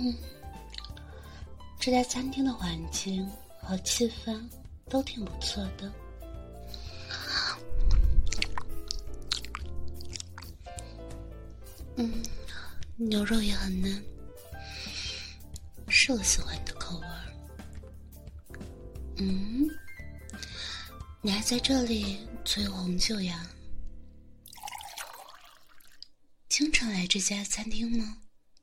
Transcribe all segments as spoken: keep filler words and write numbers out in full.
嗯，这家餐厅的环境和气氛都挺不错的。嗯，牛肉也很嫩，是我喜欢的口味儿。嗯，你还在这里催红酒呀？经常来这家餐厅吗？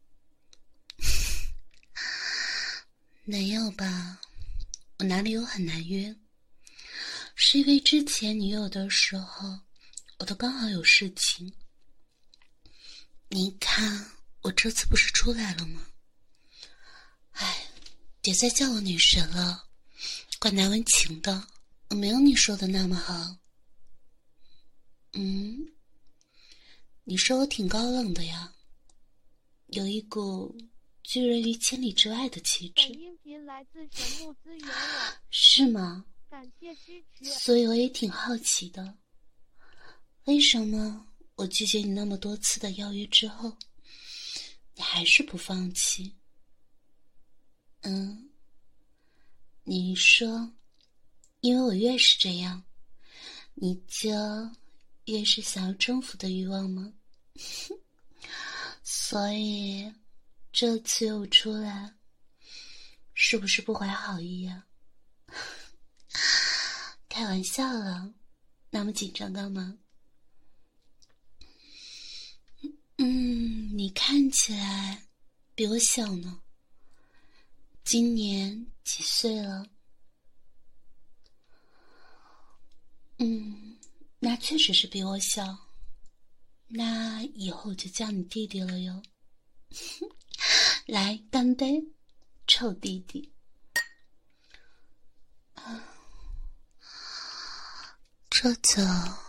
没有吧，我哪里有很难约，是因为之前你有的时候我都刚好有事情。你看我这次不是出来了吗？哎，别再叫我女神了，怪难为情的，我没有你说的那么好。嗯，你说我挺高冷的呀，有一股拒人于千里之外的气质。 本音频来自神木资源网。 是吗？ 感谢支持。 所以我也挺好奇的，为什么我拒绝你那么多次的邀约之后，你还是不放弃？嗯，你说，因为我越是这样，你就越是想要征服的欲望吗？所以这次又出来，是不是不怀好意呀？开玩笑了，那么紧张干嘛？嗯，你看起来比我小呢，今年几岁了？嗯，那确实是比我小，那以后就叫你弟弟了哟。来，干杯，臭弟弟。啊，这酒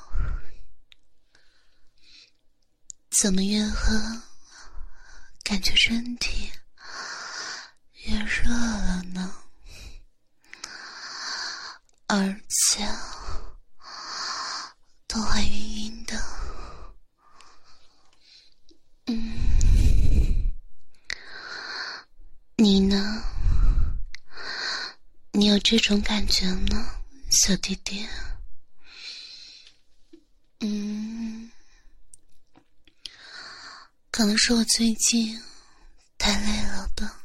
怎么越喝感觉身体越热了呢？而且都还晕晕的。嗯，你呢？你有这种感觉吗，小弟弟？嗯，可能是我最近太累了吧。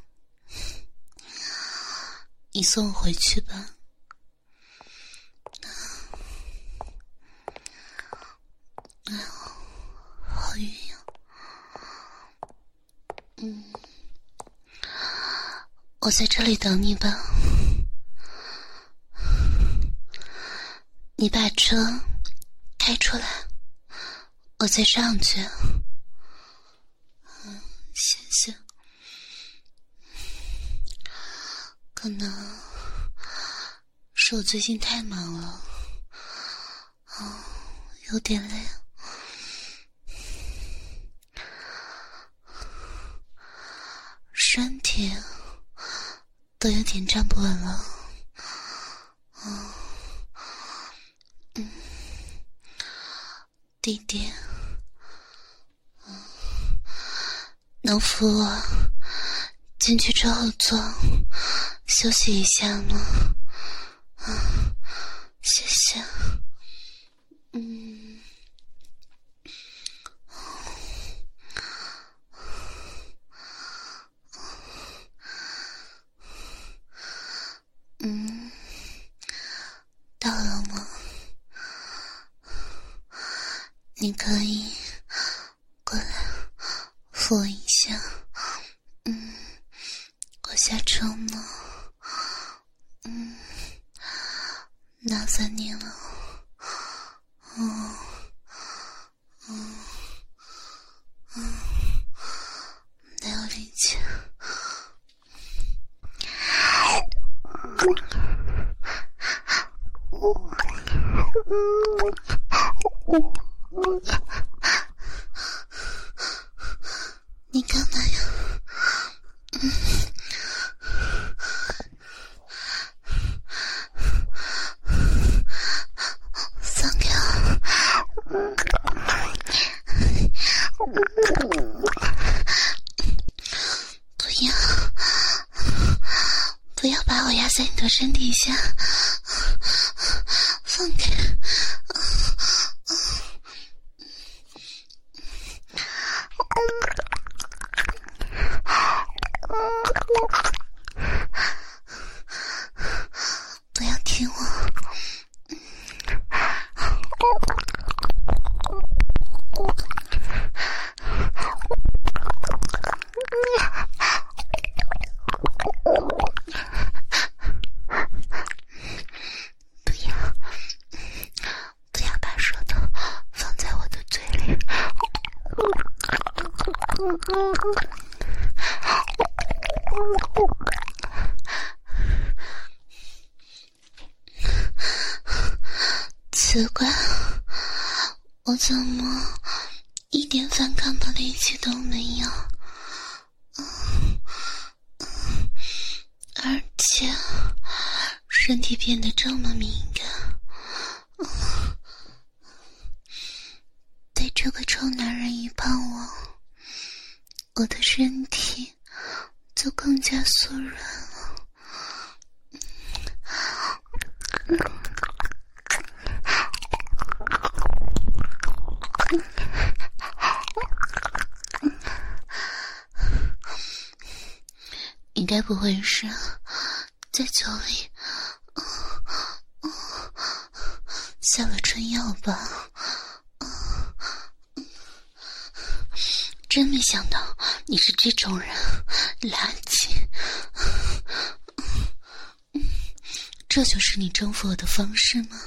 你送我回去吧。哎呦，好晕呀。嗯，我在这里等你吧。你把车开出来，我再上去。嗯，谢谢。可能是我最近太忙了，哦，有点累。身体都有点站不稳了。哦，嗯，弟弟，嗯，能扶我进去之后坐休息一下吗？啊，谢谢。嗯，嗯，到了吗？你可以过来扶我一下。嗯，我下车吗？嗯，麻烦你了。哦，嗯嗯，没有力气。你干嘛呀？嗯，放开我！不要！ 不要把我压在你的身体下，放开。不要听我。不要，不要把舌头放在我的嘴里。奇怪，我怎么一点反抗的力气都没有？而且身体变得这么敏感，被这个臭男人一碰我，我的身体就更加酥软了。应该不会是在酒里下了春药吧？真没想到你是这种人，垃圾！这就是你征服我的方式吗？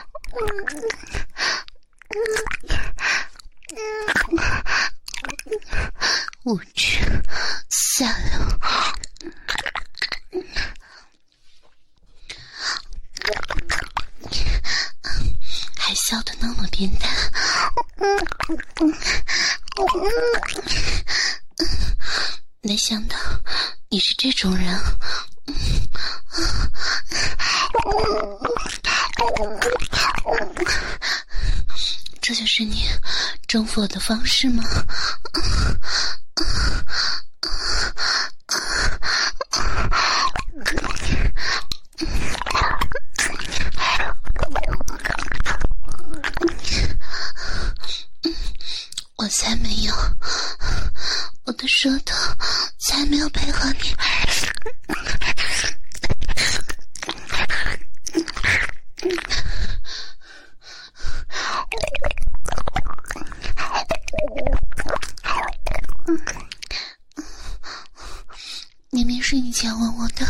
无知下流！还笑得那么变态，没想到你是这种人。这就是你征服我的方式吗？我才没有，我的舌头才没有配合你。明明是你强吻我的，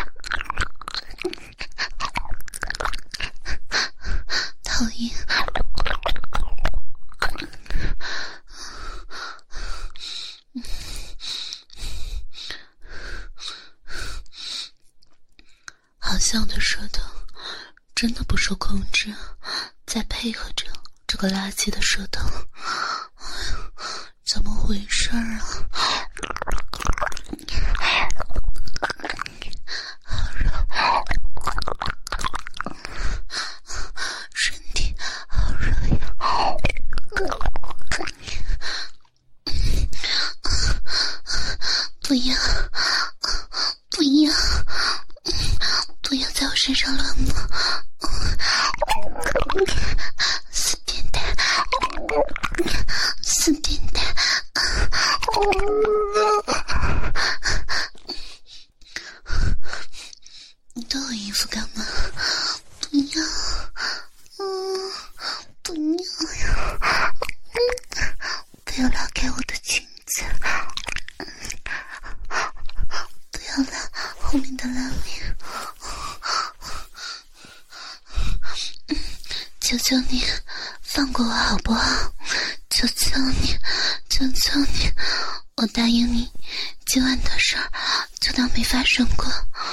讨厌！好像我的舌头真的不受控制，在配合着这个垃圾的舌头，怎么回事啊？好热，身体好热呀！不要，不要，不要在我身上乱摸！死变态，死变态！你对我衣服干嘛？不要，嗯，不要呀！不要拉开我的裙子，不要拉后面的拉链，求求你放过我好不好？求求你，求求你，我答应你，今晚的事儿就当没发生过。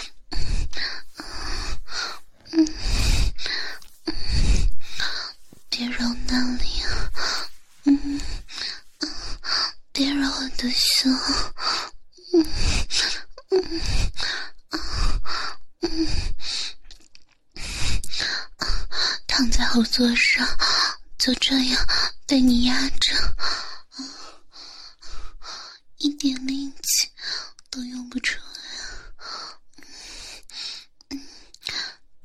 嗯嗯，别揉那里啊，嗯嗯，别揉我的胸，嗯嗯嗯嗯，躺在后座上，就这样被你压着，一点力气都用不出来。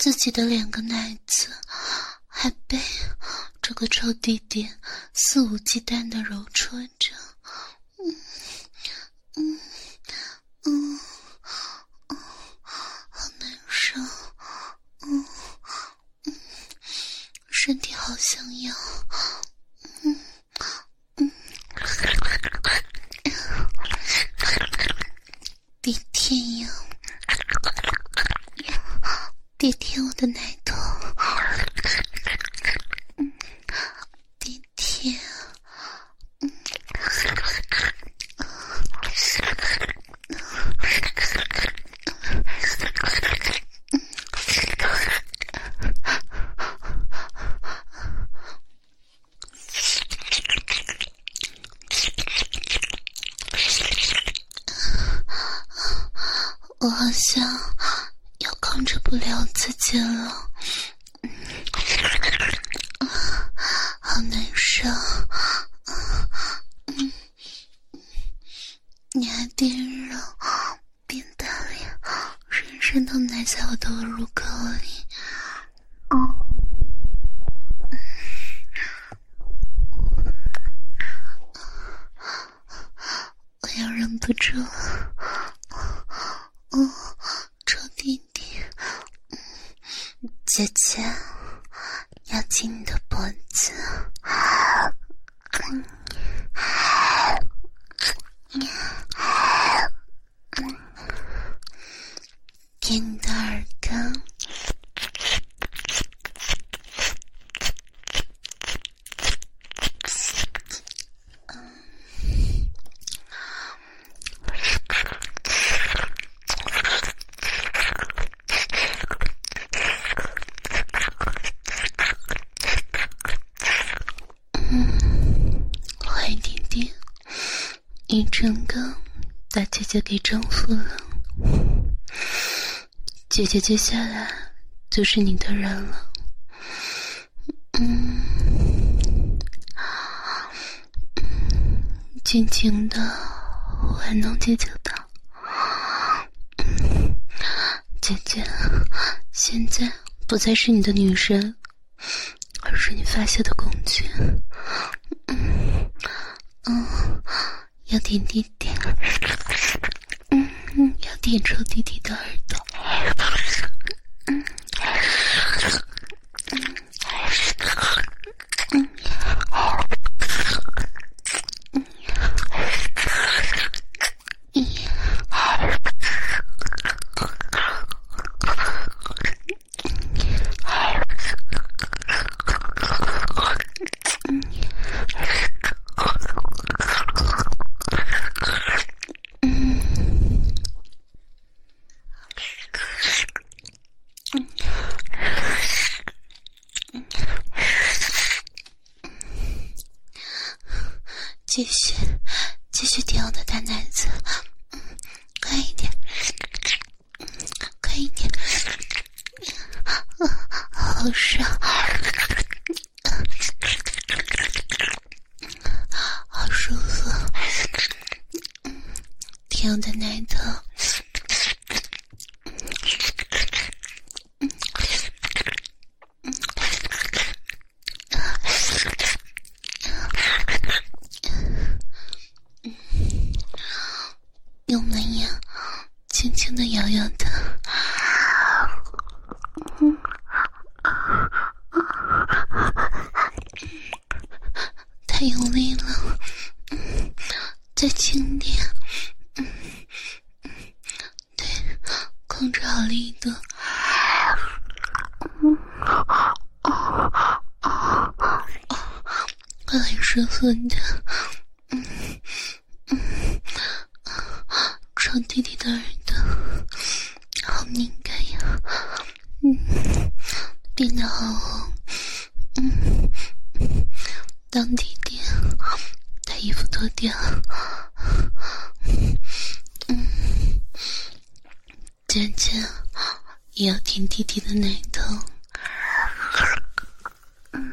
自己的两个奶子还被这个臭弟弟肆无忌惮地揉搓着，嗯嗯嗯嗯，好难受，嗯嗯，身体好想要，嗯嗯，别舔呀，别舔我的奶头，嗯，别舔，嗯。我好像要控制不了自己了，嗯，好难受，嗯，你还边揉边大力深深地埋在我的乳沟里，嗯，我要忍不住了，嗯，臭弟弟，姐姐要亲你的脖子，嗯嗯，舔你的耳根，坏弟弟，你真的把姐姐给征服了，姐姐接下来就是你的人了，嗯，尽情的玩弄姐姐吧，嗯，姐姐现在不再是你的女神，而是你发泄的工具，嗯嗯，要点弟弟，嗯嗯，要点臭弟弟的耳朵，嗯嗯嗯嗯继续继续点我的大奶子，嗯，快一点，嗯，快一点，嗯，好爽，好舒服，嗯，舔我的奶头，嗯嗯用门牙轻轻地摇摇它，嗯，太用力了，嗯，再轻点，嗯嗯，对，控制好力度，嗯，哦哦哦，会很舒服的，嗯嗯。臭弟弟的耳朵好敏感呀，嗯，变得好红，嗯，当弟弟把衣服脱掉，嗯，姐姐也要舔弟弟的奶头，嗯，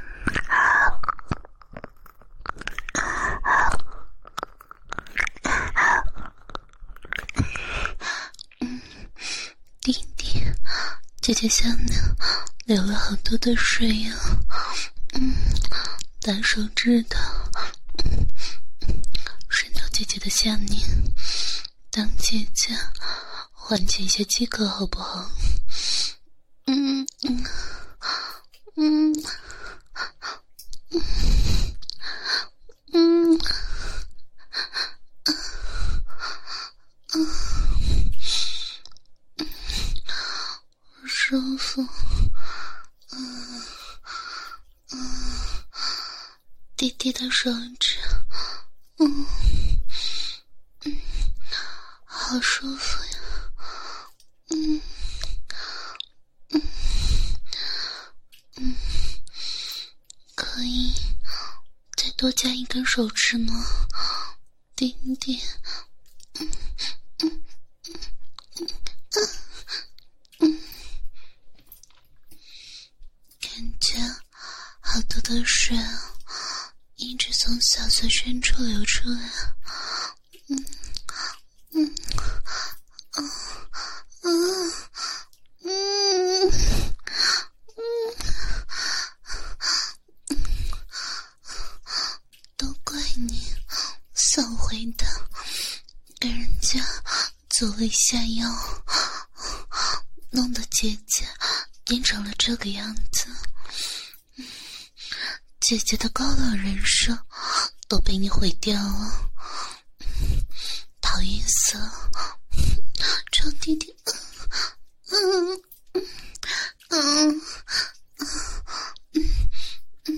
弟弟姐姐向你流了好多的水呀、啊，嗯，大手指头伸到姐姐的下面，当姐姐缓解一下饥渴好不好？嗯嗯嗯嗯嗯，舒服，嗯嗯，弟弟的手指，嗯嗯，好舒服呀，嗯嗯嗯，可以再多加一根手指吗，弟弟？嗯嗯嗯嗯嗯，感觉好多的水啊，一直从小嘴深处流出来，嗯嗯嗯嗯嗯嗯，都怪你扫回的，给人家走了一下腰，弄得姐姐变成了这个样子。姐姐的高冷人设都被你毁掉了，讨厌死了，臭弟弟，嗯嗯嗯嗯嗯，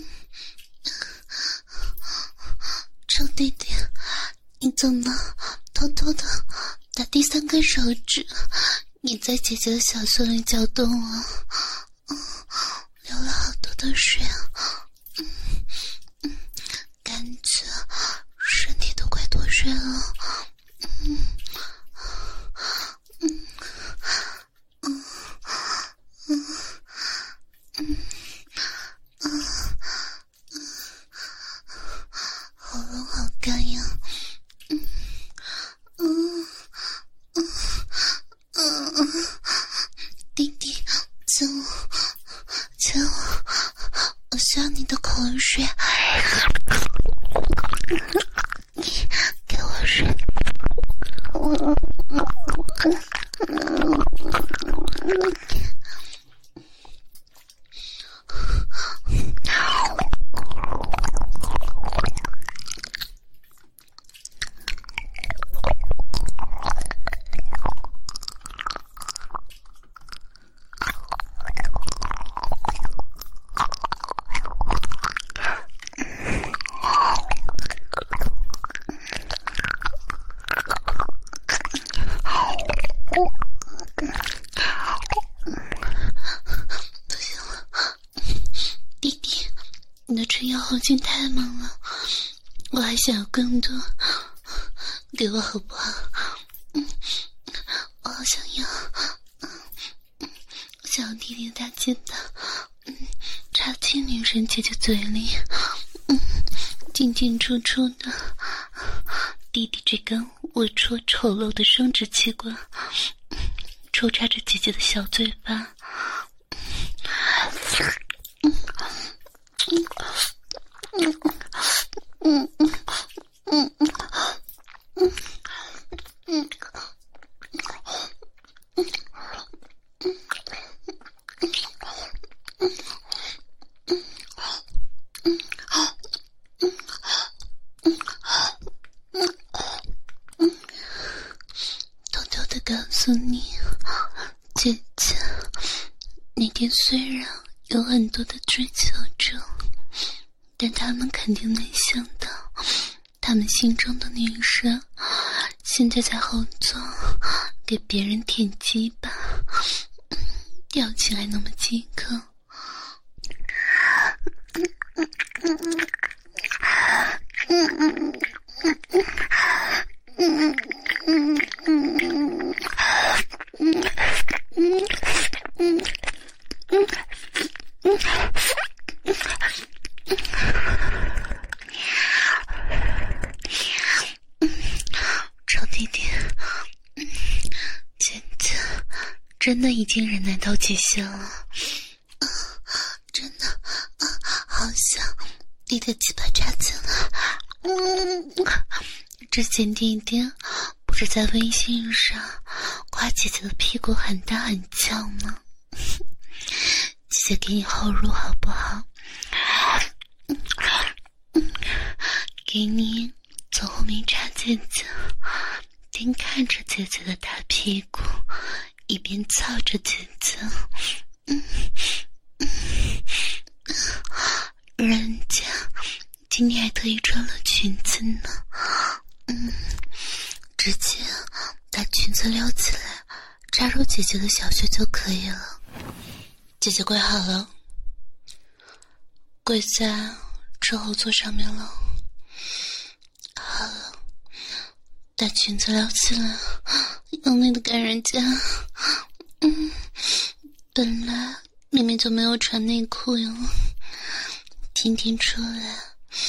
臭弟弟，你怎么偷偷的打第三根手指？你在姐姐的小穴里搅动了，嗯，流了好多的水啊。感觉身体都快脱水了，嗯嗯嗯嗯嗯嗯嗯，喉咙好干呀，嗯嗯嗯嗯嗯，弟弟，亲我，亲我，我需要你的口水。你给我睡，你的春药后劲太猛了，我还想要更多，给我好不好？嗯，我好想要，嗯嗯，小弟弟大鸡巴，嗯，插进女神姐姐嘴里，嗯，进进出出的，弟弟这根龌龊丑陋的生殖器官，嗯，抽插着姐姐的小嘴巴，嗯。嗯嗯嗯嗯嗯嗯嗯偷偷的告诉你，姐姐，那天虽然有很多的追求者，但他们肯定没想到，他们心中的女神现在在后座给别人舔鸡巴，吊起来那么饥渴。 真的已经忍耐到极限了，啊、真的啊，好想弟弟鸡巴扎进来。嗯，之前弟弟不是在微信上夸姐姐的屁股很大很翘吗？姐姐给你后入好不好？给你从后面插姐姐，边看着姐姐的大屁股，一边操着姐姐。嗯嗯，人家今天还特意穿了裙子呢。嗯，直接把裙子撩起来，插入姐姐的小穴就可以了。姐姐跪好了，跪在车后座上面了。好了，把裙子撩起来，用力的干人家。嗯，本来里面就没有穿内裤哟，天天出来，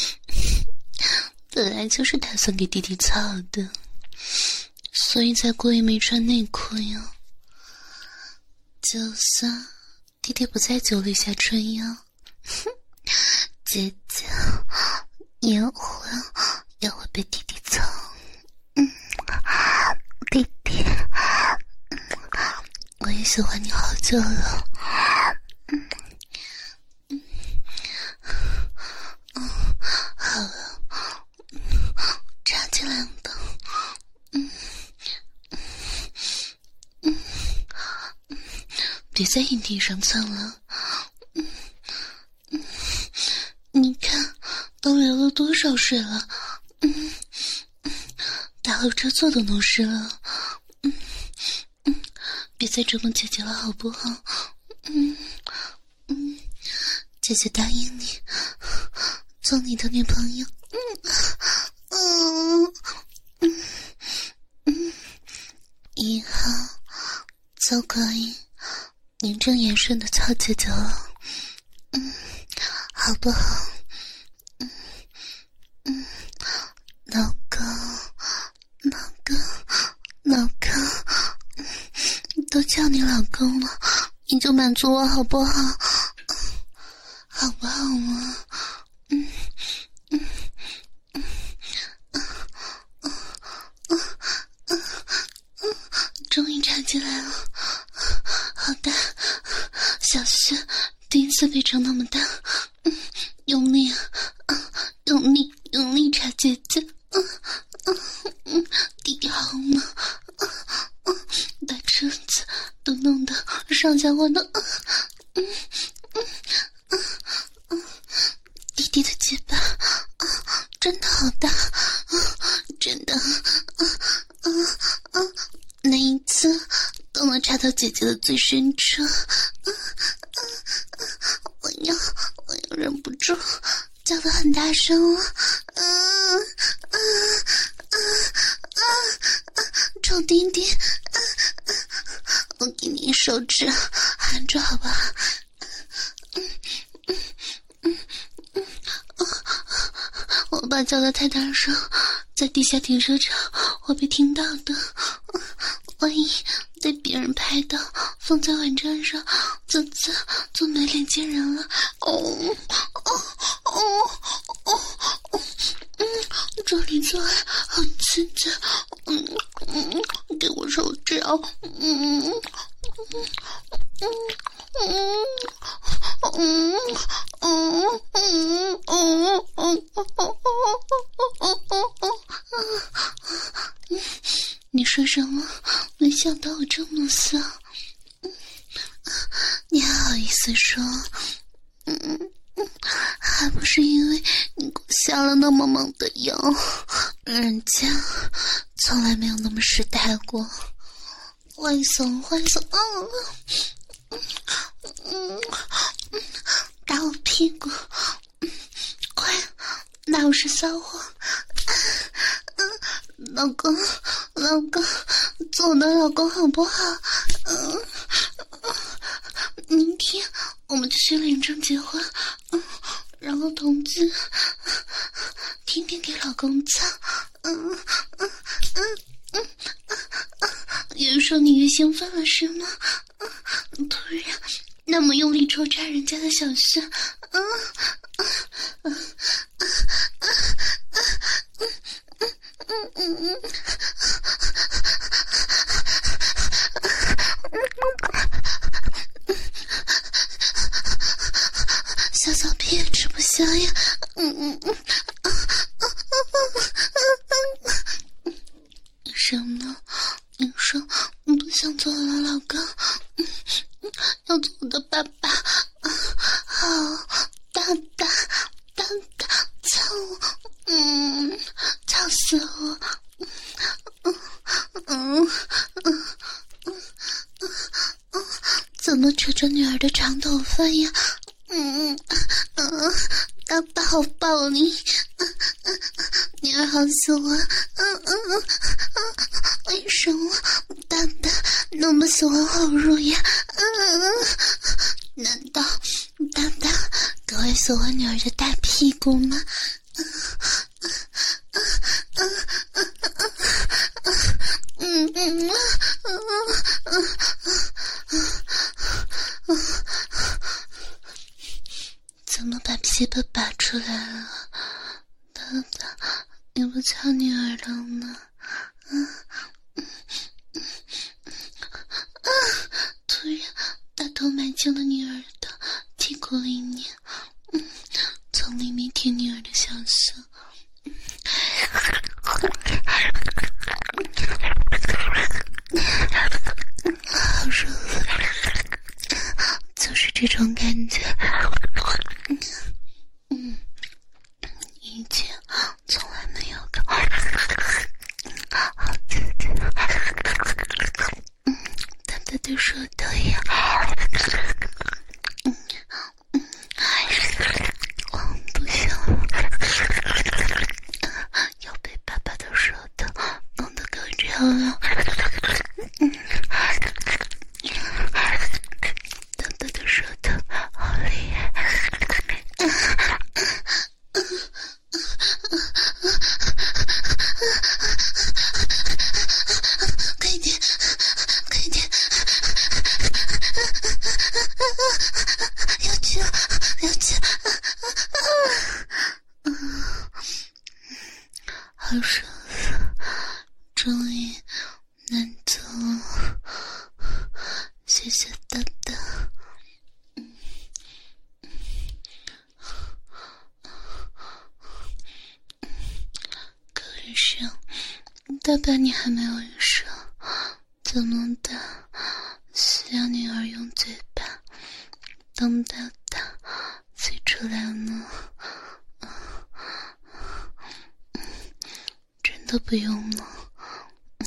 本来就是打算给弟弟操的，所以才故意没穿内裤哟。就算弟弟不在酒里下春药，姐姐也会也会被弟弟操。嗯，弟弟，嗯，我也喜欢你好久了。嗯嗯嗯，好了，插进来的。嗯嗯嗯，别在阴蒂上蹭了。嗯嗯，你看都流了多少水了？嗯嗯，打后车座都弄湿了。嗯嗯，别再折磨姐姐了好不好？嗯嗯，姐姐答应你做你的女朋友。嗯嗯嗯嗯，以后就可以名正言顺的操姐姐了。嗯，好不好？嗯嗯，老公，老公，老公，都叫你老公了，你就满足我好不好？好不好吗？嗯嗯嗯嗯嗯嗯嗯嗯，终于插进来了，好大，小穴第一次被撑那么大。嗯，用力啊，用力用力插姐姐。嗯嗯嗯，弟弟好吗？嗯嗯，把车子都弄得上下晃的。嗯嗯嗯嗯，弟弟的鸡巴啊，真的好大啊，真的啊啊啊！那一次都能插到姐姐的最深处。啊啊啊！我要我要忍不住叫得很大声了。嗯嗯嗯嗯嗯，臭弟弟，嗯嗯，我给你手指含住好不好？嗯嗯嗯嗯，我爸叫得太大声，在地下停车场会被听到的。万一被别人拍到放在网站上，这次就没脸见人了。哦哦哦哦哦，嗯，这里做爱好刺激，嗯嗯，给我手指啊，嗯嗯嗯嗯嗯嗯嗯嗯嗯，你说什么？没想到我这么骚，嗯，你还好意思说？嗯嗯，还不是因为你给我下了那么猛的药，人家从来没有那么实待过。欢送欢送，嗯嗯嗯嗯，打我屁股，嗯，快，那我是骚货。嗯，老公，老公，做我的老公好不好？嗯，明天我们就去领证结婚，嗯，然后同居，天天给老公操，嗯嗯嗯嗯嗯，越说你越兴奋了是吗？ 那么用力抽插人家的小穴，嗯嗯嗯嗯嗯嗯小小屁也吃不消呀，嗯嗯嗯，什么？你说你不想做我的老公，要做我的爸爸，好大大大大操我，嗯，操死我，嗯嗯嗯嗯嗯，怎么扯着女儿的长头发呀？嗯嗯，爸爸好暴力，女儿好喜欢，嗯嗯嗯嗯，为什么爸爸那么喜欢后乳呀？嗯嗯，难道爸爸更会喜欢女儿的大屁股吗？嗯嗯嗯嗯嗯嗯嗯嗯嗯嗯，怎么把屁股拔出来了？爸爸，你不操女儿了吗？嗯嗯嗯嗯，突然大头埋进了女儿的屁股里面，嗯，从里面舔女儿的小穴，嗯，好舒服，就是这种感觉，嗯嗯，以前从来没有过，好刺激，嗯，爸爸的舌头呀，嗯嗯，我不想了，要被爸爸的舌头弄得更漂亮，嗯，爸爸的舌头好厉害，嗯嗯快点快点，要去要去，好舒服，终于满足了，谢谢爸爸。可是爸爸你还没有遇上，怎么办？需要女儿用嘴巴当爸爸塞出来呢？嗯嗯，真的不用吗？嗯，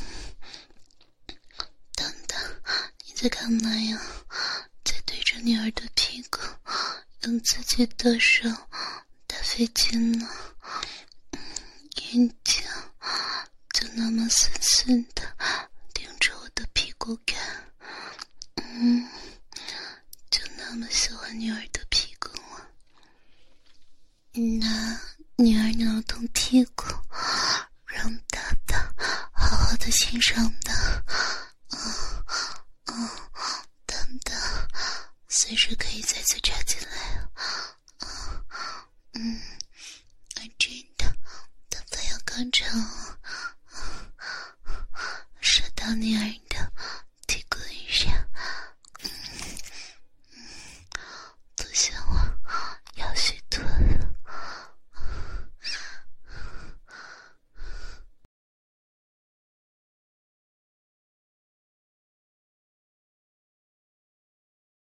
等等，你在干嘛呀？在对着女儿的屁股用自己的手打飞机呢？眼睛就那么死死的盯着我的屁股看，嗯，就那么喜欢女儿的屁股啊。那女儿扭动屁股，让爸爸好好的欣赏的，嗯嗯，爸爸随时可以再次插进来了，嗯嗯，我知道爸爸要高潮了，射到女儿